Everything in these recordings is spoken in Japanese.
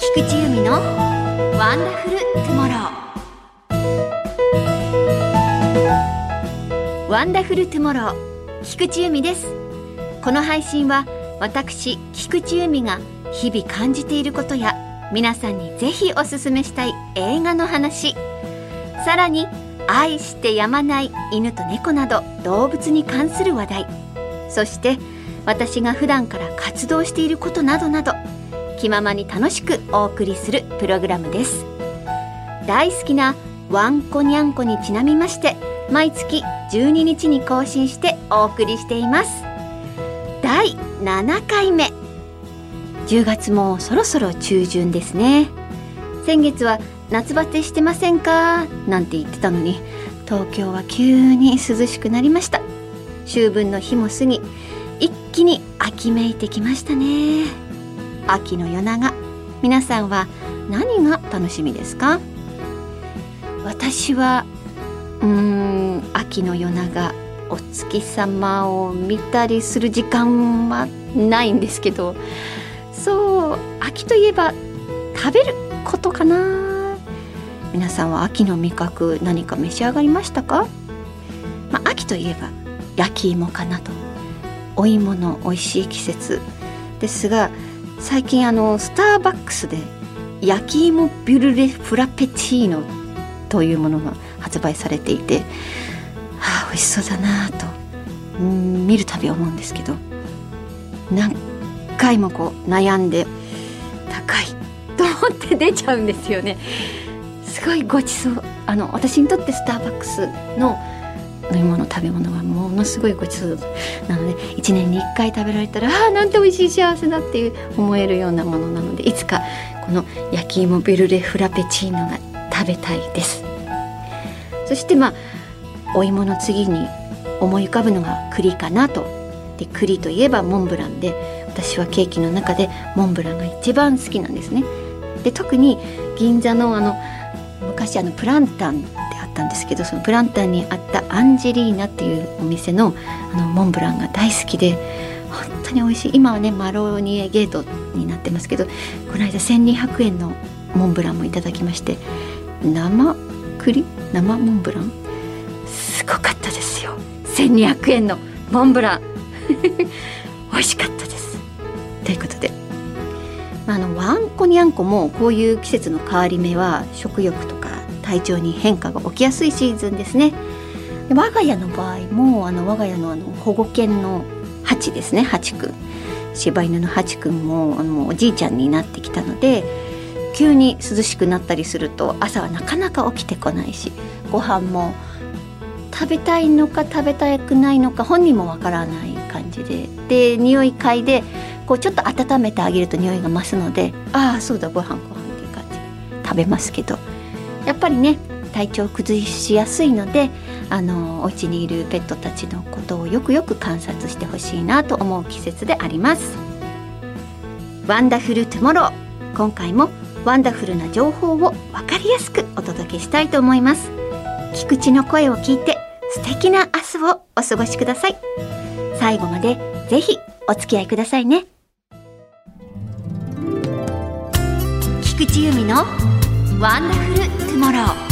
菊池由美のワンダフルトゥモロー。ワンダフルトゥモロー、菊池由美です。この配信は私菊池由美が日々感じていることや皆さんにぜひおすすめしたい映画の話、さらに愛してやまない犬と猫など動物に関する話題、そして私が普段から活動していることなどなど気ままに楽しくお送りするプログラムです。大好きなワンコニャンコにちなみまして毎月12日に更新してお送りしています。第7回目、10月もそろそろ中旬ですね。先月は夏バテしてませんかなんて言ってたのに、東京は急に涼しくなりました。秋分の日も過ぎ、一気に秋めいてきましたね。秋の夜長、皆さんは何が楽しみですか？私は秋の夜長、お月様を見たりする時間はないんですけど、そう、秋といえば食べることかな。皆さんは秋の味覚何か召し上がりましたか？秋といえば焼き芋かなと。お芋の美味しい季節ですが、最近スターバックスで焼き芋ビュルレフラペチーノというものが発売されていて、美味しそうだなと見るたび思うんですけど、何回も悩んで高いと思って出ちゃうんですよね。すごいごちそう、私にとってスターバックスの飲み物食べ物はものすごいごちそうなので、1年に1回食べられたらなんて美味しい幸せだっていう思えるようなものなので、いつかこの焼き芋ビュルレフラペチーノが食べたいです。そしてお芋の次に思い浮かぶのが栗かなと。で、栗といえばモンブランで、私はケーキの中でモンブランが一番好きなんですね。で、特に銀座の昔プランタンってあったんですけど、そのプランタンにあったアンジェリーナっていうお店のモンブランが大好きで、本当に美味しい。今はねマロニエゲートになってますけど、この間1200円のモンブランもいただきまして、生モンブランすごかったですよ。1200円のモンブラン美味しかったです。ということで、ワンコニャンコもこういう季節の変わり目は食欲とか体調に変化が起きやすいシーズンですね。で、我が家の場合も我が家の保護犬のハチですね、ハチくん、柴犬のハチくんもおじいちゃんになってきたので、急に涼しくなったりすると朝はなかなか起きてこないし、ご飯も食べたいのか食べたくないのか本人もわからない感じで、匂い嗅いでちょっと温めてあげると匂いが増すので、そうだご飯っていう感じで食べますけど、やっぱりね体調を崩しやすいので、お家にいるペットたちのことをよくよく観察してほしいなと思う季節であります。ワンダフルトゥモロー、今回もワンダフルな情報を分かりやすくお届けしたいと思います。菊池の声を聞いて素敵な明日をお過ごしください。最後までぜひお付き合いくださいね。菊池由美のワンダフルトゥモロー。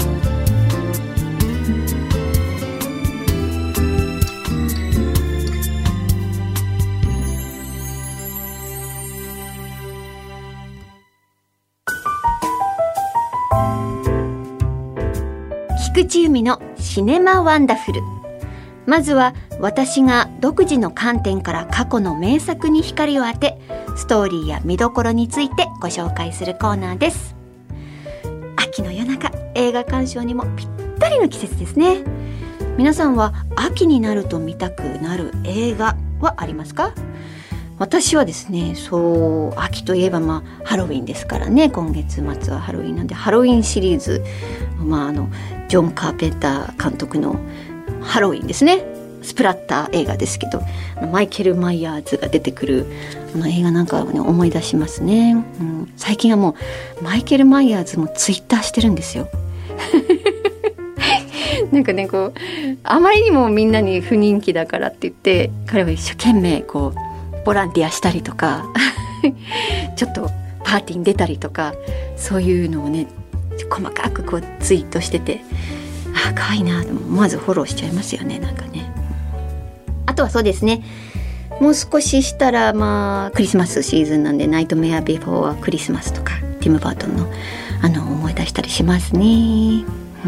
菊池由美のシネマワンダフル。まずは私が独自の観点から過去の名作に光を当て、ストーリーや見どころについてご紹介するコーナーです。秋の夜中、映画鑑賞にもぴったりの季節ですね。皆さんは秋になると見たくなる映画はありますか？私はですね、秋といえばハロウィンですからね。今月末はハロウィンなんで、ハロウィンシリーズ、ジョン・カーペンター監督のハロウィンですね。スプラッター映画ですけど、マイケル・マイヤーズが出てくる映画なんかを、思い出しますね。最近はもうマイケル・マイヤーズもツイッターしてるんですよなんかね、あまりにもみんなに不人気だからって言って、彼は一生懸命ボランティアしたりとかちょっとパーティーに出たりとか、そういうのをね細かくこうツイートしてて、可愛いなと思わずフォローしちゃいますよね。なんかね。あとはそうですね、もう少ししたらクリスマスシーズンなんで、ナイトメアビフォークリスマスとかティム・バートンの思い出したりしますね。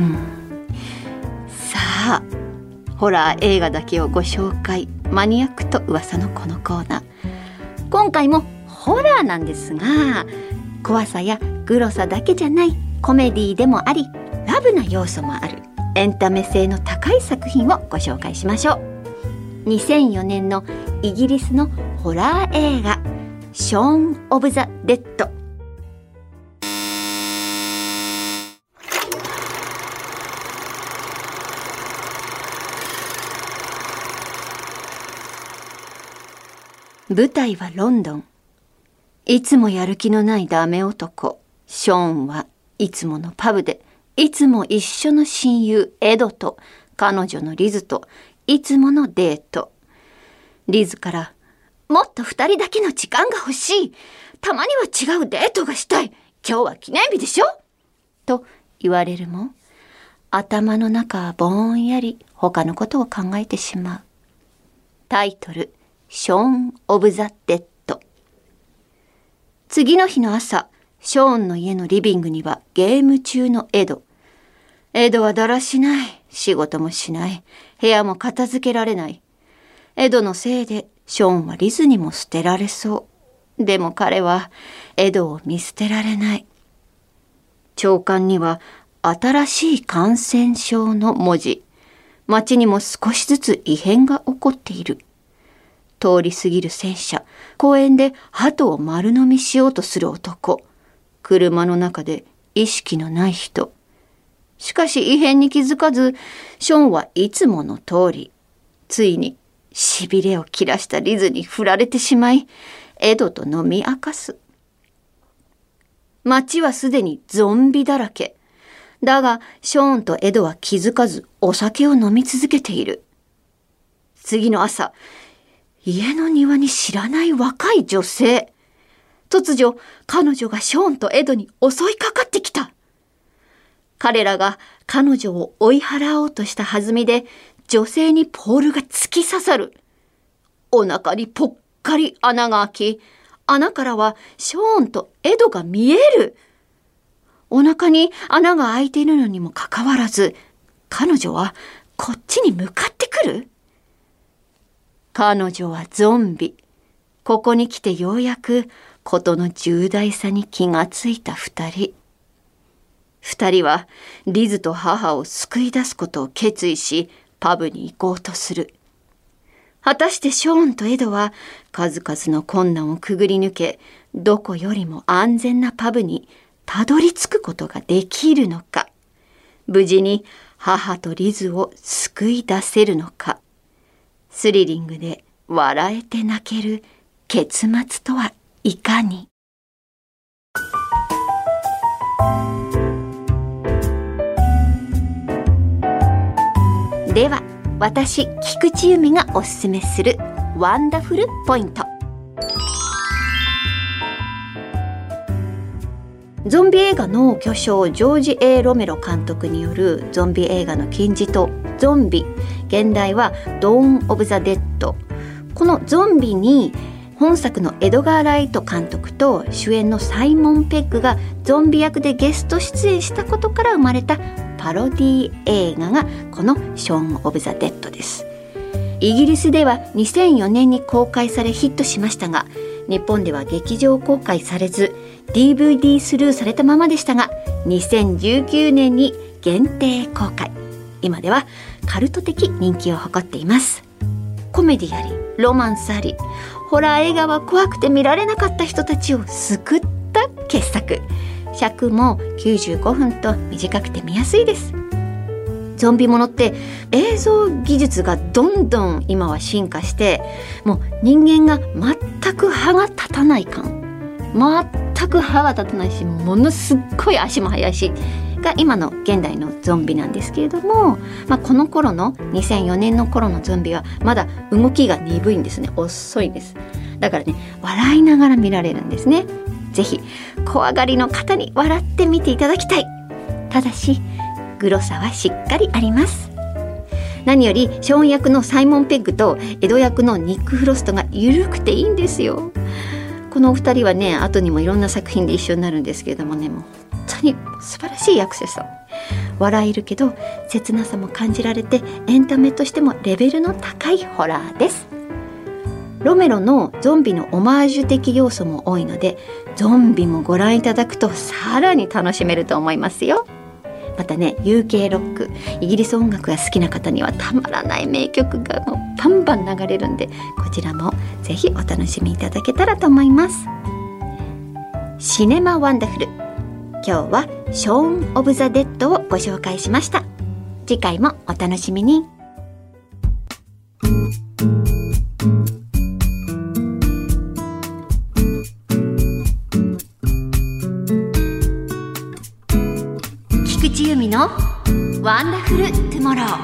さあ、ホラー映画だけをご紹介、マニアックと噂のこのコーナー。今回もホラーなんですが、怖さやグロさだけじゃないコメディでもあり、ラブな要素もあるエンタメ性の高い作品をご紹介しましょう。2004年のイギリスのホラー映画ショーン・オブ・ザ・デッド。舞台はロンドン。いつもやる気のないダメ男ショーンはいつものパブで、いつも一緒の親友エドと彼女のリズといつものデート。リズからもっと二人だけの時間が欲しい、たまには違うデートがしたい、今日は記念日でしょと言われるも、頭の中はぼんやり他のことを考えてしまう。タイトル、ショーン・オブ・ザ・デッド。次の日の朝、ショーンの家のリビングにはゲーム中のエド。エドはだらしない、仕事もしない、部屋も片付けられない。エドのせいでショーンはリズにも捨てられそう。でも彼はエドを見捨てられない。朝刊には新しい感染症の文字。街にも少しずつ異変が起こっている。通り過ぎる戦車、公園で鳩を丸飲みしようとする男、車の中で意識のない人。しかし異変に気づかず、ショーンはいつもの通り、ついに痺れを切らしたリズに振られてしまい、エドと飲み明かす。街はすでにゾンビだらけ。だが、ショーンとエドは気づかずお酒を飲み続けている。次の朝、家の庭に知らない若い女性。突如、彼女がショーンとエドに襲いかかってきた。彼らが彼女を追い払おうとした弾みで、女性にポールが突き刺さる。お腹にぽっかり穴が開き、穴からはショーンとエドが見える。お腹に穴が開いているのにもかかわらず、彼女はこっちに向かってくる。彼女はゾンビ。ここに来てようやく事の重大さに気がついた二人。二人はリズと母を救い出すことを決意し、パブに行こうとする。果たしてショーンとエドは数々の困難をくぐり抜け、どこよりも安全なパブにたどり着くことができるのか。無事に母とリズを救い出せるのか。スリリングで笑えて泣ける結末とはいかに。では、私菊池由美がおすすめするワンダフルポイント。ゾンビ映画の巨匠ジョージ・ A ・ロメロ監督によるゾンビ映画の金字塔ゾンビ、現代はドーン・オブ・ザ・デッド。このゾンビに本作のエドガー・ライト監督と主演のサイモン・ペッグがゾンビ役でゲスト出演したことから生まれたパロディ映画がこのショーン・オブ・ザ・デッドです。イギリスでは2004年に公開されヒットしましたが、日本では劇場公開されず DVD スルーされたままでしたが、2019年に限定公開。今ではカルト的人気を誇っています。コメディあり、ロマンスあり、ホラー映画は怖くて見られなかった人たちを救った傑作。尺も95分と短くて見やすいです。ゾンビものって映像技術がどんどん今は進化して、もう人間が全く歯が立たない感、全く歯が立たないし、ものすっごい足も速いしが今の現代のゾンビなんですけれども、この頃の2004年の頃のゾンビはまだ動きが鈍いんですね。遅いんです。だからね、笑いながら見られるんですね。 ぜひ怖がりの方に笑ってみていただきたい。ただしグロさはしっかりあります。何よりショーン役のサイモン・ペッグとエド役のニック・フロストが緩くていいんですよ。このお二人はね、後にもいろんな作品で一緒になるんですけれどもね、もう本当に素晴らしい役者さん。笑えるけど切なさも感じられて、エンタメとしてもレベルの高いホラーです。ロメロのゾンビのオマージュ的要素も多いので、ゾンビもご覧いただくとさらに楽しめると思いますよ。またね、 UK ロック、イギリス音楽が好きな方にはたまらない名曲がもうバンバン流れるんで、こちらもぜひお楽しみいただけたらと思います。シネマワンダフル、今日はショーン・オブ・ザ・デッドをご紹介しました。次回もお楽しみに。菊池由美のワンダフルトゥモロー。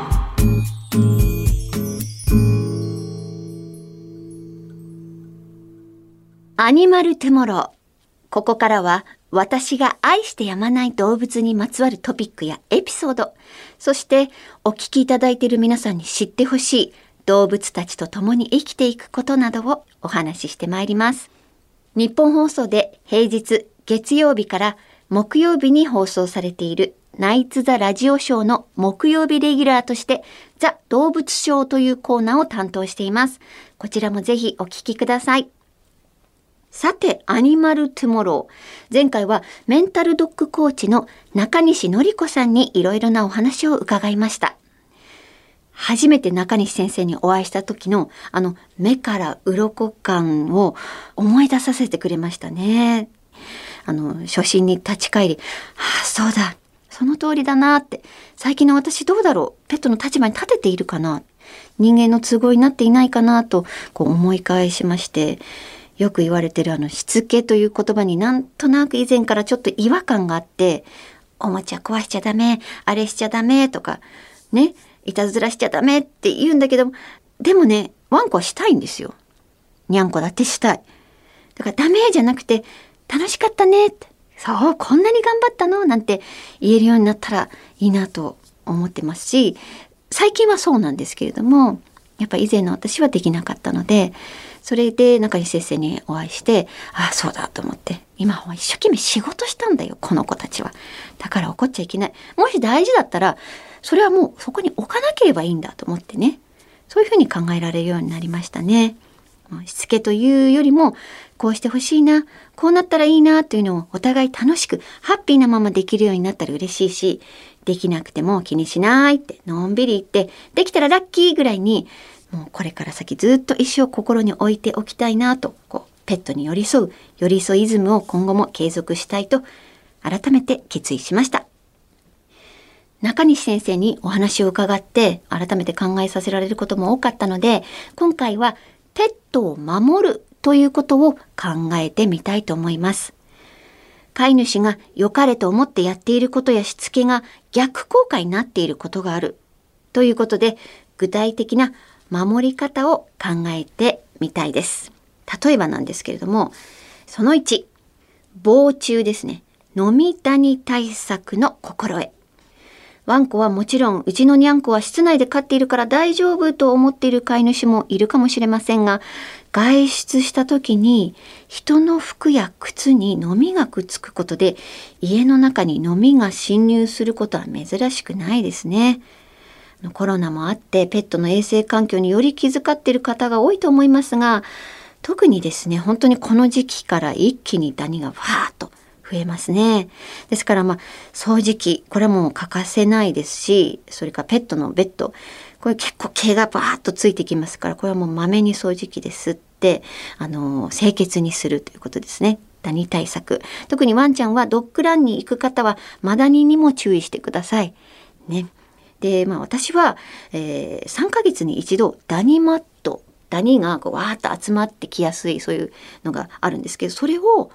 アニマルトゥモロー。ここからは私が愛してやまない動物にまつわるトピックやエピソード、そしてお聞きいただいている皆さんに知ってほしい動物たちと共に生きていくことなどをお話ししてまいります。日本放送で平日月曜日から木曜日に放送されているナイツ・ザ・ラジオショーの木曜日レギュラーとしてザ・動物ショーというコーナーを担当しています。こちらもぜひお聞きください。さて、アニマルトゥモロー。前回はメンタルドッグコーチの中西典子さんにいろいろなお話を伺いました。初めて中西先生にお会いした時の目から鱗感を思い出させてくれましたね。初心に立ち返り、そうだ、その通りだなって、最近の私どうだろう、ペットの立場に立てているかな、人間の都合になっていないかなと思い返しまして、よく言われてるしつけという言葉になんとなく以前からちょっと違和感があって、おもちゃ壊しちゃダメ、あれしちゃダメとかね、いたずらしちゃダメって言うんだけど、でもね、ワンコはしたいんですよ。にゃんこだってしたい。だからダメじゃなくて、楽しかったねって、そう、こんなに頑張ったのなんて言えるようになったらいいなと思ってますし、最近はそうなんですけれども、やっぱ以前の私はできなかったので、それで中西先生にお会いして、そうだと思って、今は一生懸命仕事したんだよ、この子たちは。だから怒っちゃいけない。もし大事だったら、それはもうそこに置かなければいいんだと思ってね。そういうふうに考えられるようになりましたね。しつけというよりも、こうしてほしいな、こうなったらいいなというのをお互い楽しく、ハッピーなままできるようになったら嬉しいし、できなくても気にしないって、のんびり言って、できたらラッキーぐらいに、もうこれから先ずっと一生心に置いておきたいなと、ペットに寄り添う寄り添いイズムを今後も継続したいと改めて決意しました。中西先生にお話を伺って改めて考えさせられることも多かったので、今回はペットを守るということを考えてみたいと思います。飼い主が良かれと思ってやっていることやしつけが逆効果になっていることがあるということで、具体的な守り方を考えてみたいです。例えばなんですけれども、その1、防虫ですね。飲みダニ対策の心得。ワンコはもちろん、うちのニャンコは室内で飼っているから大丈夫と思っている飼い主もいるかもしれませんが、外出した時に人の服や靴にノミがくっつくことで、家の中にノミが侵入することは珍しくないですね。コロナもあってペットの衛生環境により気遣っている方が多いと思いますが、特にですね、本当にこの時期から一気にダニがわーっと増えますね。ですから掃除機、これはもう欠かせないですし、それからペットのベッド、これ結構毛がバーッとついてきますから、これはもうまめに掃除機で吸って清潔にするということですね。ダニ対策、特にワンちゃんはドッグランに行く方はマダニにも注意してくださいね。で、私は、3ヶ月に一度ダニマット、ダニがわーっと集まってきやすい、そういうのがあるんですけど、それを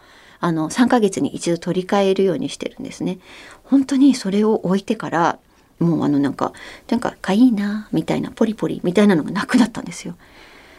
3ヶ月に一度取り替えるようにしてるんですね。本当にそれを置いてからもうなんかかいいなみたいな、ポリポリみたいなのがなくなったんですよ。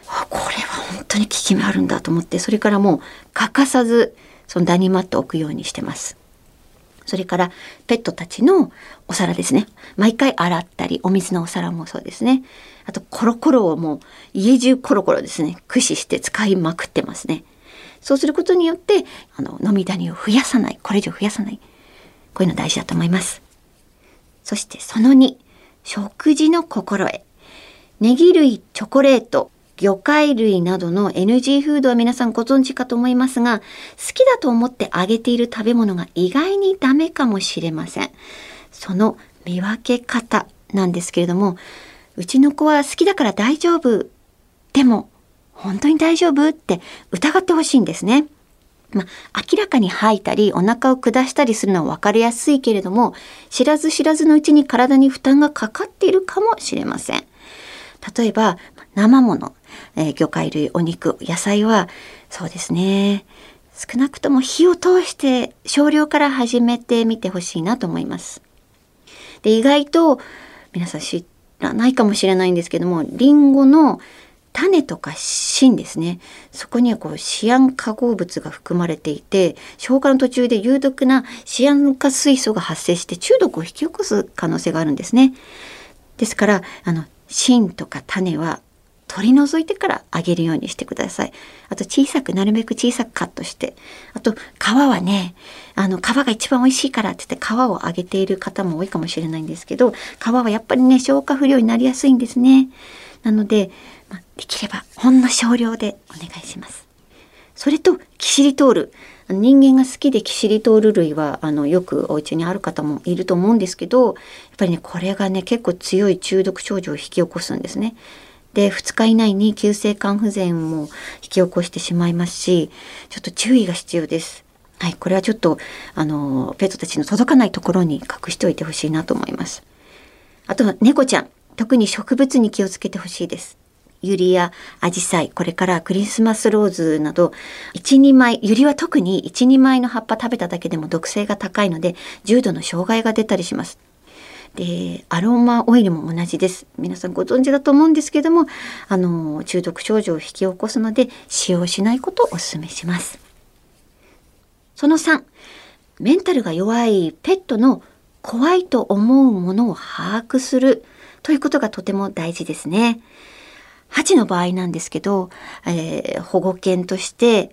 これは本当に効き目あるんだと思って、それからもう欠かさずそのダニマットを置くようにしてます。それからペットたちのお皿ですね。毎回洗ったり、お水のお皿もそうですね。あとコロコロをもう家中コロコロですね、駆使して使いまくってますね。そうすることによって飲みダニを増やさない、これ以上増やさない、こういうの大事だと思います。そしてその2、食事の心得。ネギ類、チョコレート、魚介類などの NG フードは皆さんご存知かと思いますが、好きだと思ってあげている食べ物が意外にダメかもしれません。その見分け方なんですけれども、うちの子は好きだから大丈夫。でも本当に大丈夫って疑ってほしいんですね。明らかに吐いたりお腹を下したりするのは分かりやすいけれども、知らず知らずのうちに体に負担がかかっているかもしれません。例えば生もの、魚介類、お肉、野菜はそうですね、少なくとも火を通して少量から始めてみてほしいなと思います。で、意外と皆さん知らないかもしれないんですけども、リンゴの種とか芯ですね、そこにはシアン化合物が含まれていて、消化の途中で有毒なシアン化水素が発生して中毒を引き起こす可能性があるんですね。ですから芯とか種は取り除いてから揚げるようにしてください。あとなるべく小さくカットして、あと皮はね、皮が一番美味しいからって言って皮を揚げている方も多いかもしれないんですけど、皮はやっぱりね、消化不良になりやすいんですね。なので、できればほんの少量でお願いします。それとキシリトール、人間が好きでキシリトール類はよくお家にある方もいると思うんですけど、やっぱりね、これがね、結構強い中毒症状を引き起こすんですね。で、2日以内に急性肝不全も引き起こしてしまいますし、ちょっと注意が必要です。はい、これはちょっとペットたちの届かないところに隠しておいてほしいなと思います。あとは猫ちゃん、特に植物に気をつけてほしいです。ユリやアジサイ、これからクリスマスローズなど 1,2 枚、ユリは特に 1,2 枚の葉っぱ食べただけでも毒性が高いので重度の障害が出たりします。で、アロマオイルも同じです。皆さんご存知だと思うんですけども、中毒症状を引き起こすので使用しないことをお勧めします。その3、メンタルが弱いペットの怖いと思うものを把握するということがとても大事ですね。ハチの場合なんですけど、保護犬として、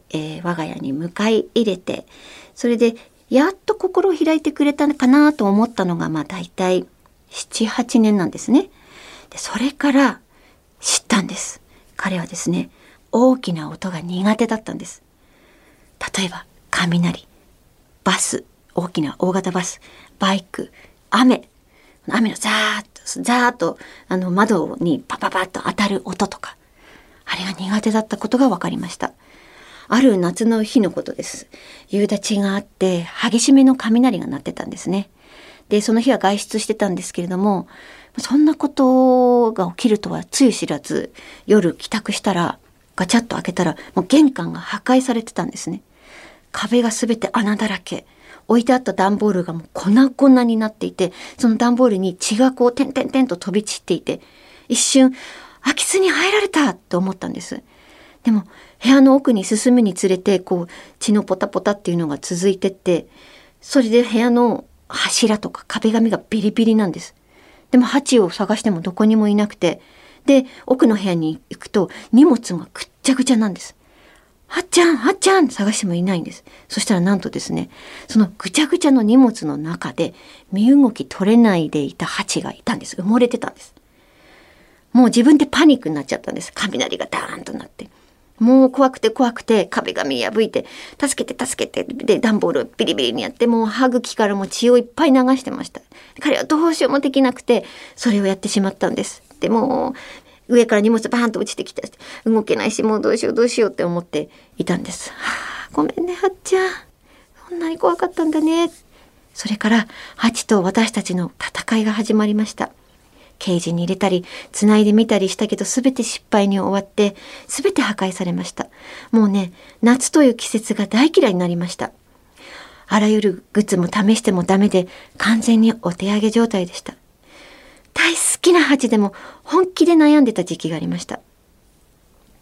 我が家に迎え入れて、それでやっと心を開いてくれたのかなと思ったのが大体 7,8 年なんですね。で、それから知ったんです。彼はですね、大きな音が苦手だったんです。例えば雷、バス、大きな大型バス、バイク、雨のザーッと窓にパパパッと当たる音とか、あれが苦手だったことが分かりました。ある夏の日のことです。夕立があって激しめの雷が鳴ってたんですね。で、その日は外出してたんですけれども、そんなことが起きるとはつゆ知らず、夜帰宅したらガチャッと開けたらもう玄関が破壊されてたんですね。壁がすべて穴だらけ、置いてあった段ボールがもう粉々になっていて、その段ボールに血が点々と飛び散っていて、一瞬空き巣に入られたと思ったんです。でも部屋の奥に進むにつれて血のポタポタっていうのが続いてって、それで部屋の柱とか壁紙がビリビリなんです。でもハチを探してもどこにもいなくて、で奥の部屋に行くと荷物がぐっちゃぐちゃなんです。はっちゃん探してもいないんです。そしたらなんとですね、そのぐちゃぐちゃの荷物の中で身動き取れないでいたハチがいたんです。埋もれてたんです。もう自分でパニックになっちゃったんです。雷がダーンとなって、もう怖くて壁紙破いて助けてで段ボールをビリビリにやって、もう歯茎からも血をいっぱい流してました。彼はどうしようもできなくてそれをやってしまったんです。でも上から荷物バーンと落ちてきて動けないし、もうどうしようって思っていたんです。ごめんねはっちゃん、そんなに怖かったんだね。それからハチと私たちの戦いが始まりました。ケージに入れたり繋いでみたりしたけど、全て失敗に終わって全て破壊されました。もうね、夏という季節が大嫌いになりました。あらゆるグッズも試してもダメで、完全にお手上げ状態でした。大好きなハチでも本気で悩んでた時期がありました。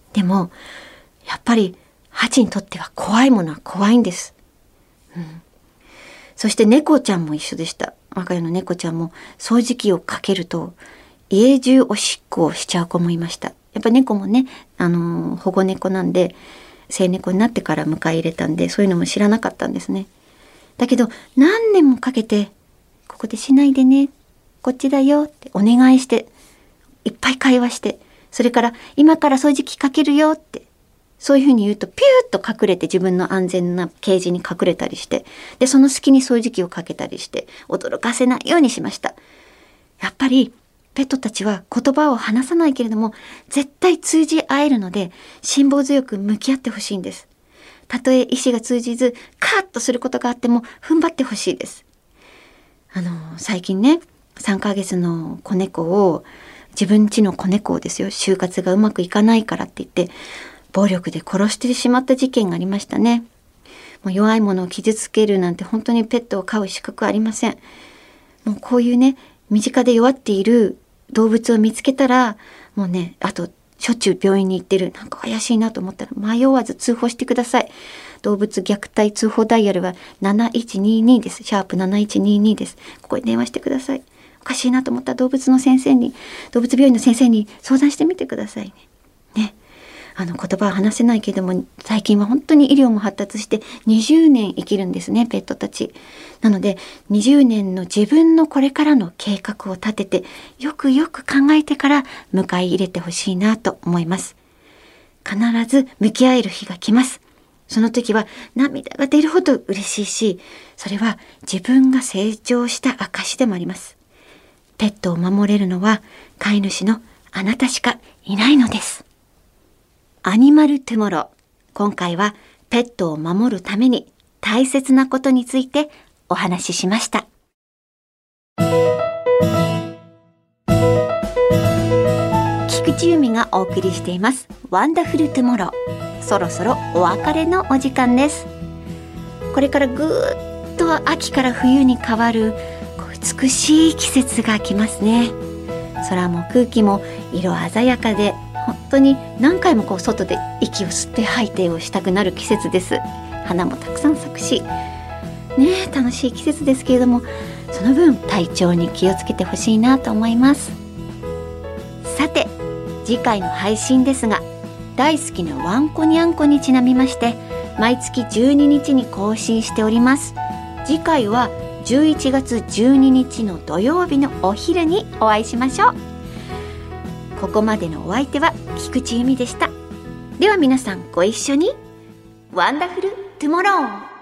でもやっぱりハチにとっては怖いものは怖いんです。そして猫ちゃんも一緒でした。我が家の猫ちゃんも掃除機をかけると家中おしっこをしちゃう子もいました。やっぱ猫もね、保護猫なんで、成猫になってから迎え入れたんで、そういうのも知らなかったんですね。だけど何年もかけて、ここでしないでね、こっちだよってお願いして、いっぱい会話して、それから今から掃除機かけるよって、そういうふうに言うとピューッと隠れて、自分の安全なケージに隠れたりして、でその隙に掃除機をかけたりして驚かせないようにしました。やっぱりペットたちは言葉を話さないけれども絶対通じ合えるので、辛抱強く向き合ってほしいんです。たとえ意思が通じずカーッとすることがあっても踏ん張ってほしいです。最近ね、3ヶ月の子猫を、自分家の子猫をですよ、就活がうまくいかないからって言って暴力で殺してしまった事件がありましたね。もう弱いものを傷つけるなんて本当にペットを飼う資格はありません。もうこういうね、身近で弱っている動物を見つけたら、もうね、あとしょっちゅう病院に行ってる、なんか怪しいなと思ったら迷わず通報してください。動物虐待通報ダイヤルは7122です。#7122です。ここに電話してください。おかしいなと思ったら動物病院の先生に相談してみてくださいね。ね。言葉は話せないけども、最近は本当に医療も発達して20年生きるんですね、ペットたち。なので20年の自分のこれからの計画を立てて、よくよく考えてから迎え入れてほしいなと思います。必ず向き合える日が来ます。その時は涙が出るほど嬉しいし、それは自分が成長した証でもあります。ペットを守れるのは飼い主のあなたしかいないのです。アニマルトゥモロー。今回はペットを守るために大切なことについてお話ししました。菊池由美がお送りしていますワンダフルトゥモロー。そろそろお別れのお時間です。これからぐーっと秋から冬に変わる美しい季節が来ますね。空も空気も色鮮やかで、本当に何回も外で息を吸って吐いてをしたくなる季節です。花もたくさん咲くしね、楽しい季節ですけれども、その分体調に気をつけてほしいなと思います。さて次回の配信ですが、大好きなワンコニャンコにちなみまして毎月12日に更新しております。次回は11月12日の土曜日のお昼にお会いしましょう。ここまでのお相手は菊池由美でした。では皆さんご一緒にワンダフルトゥモロー。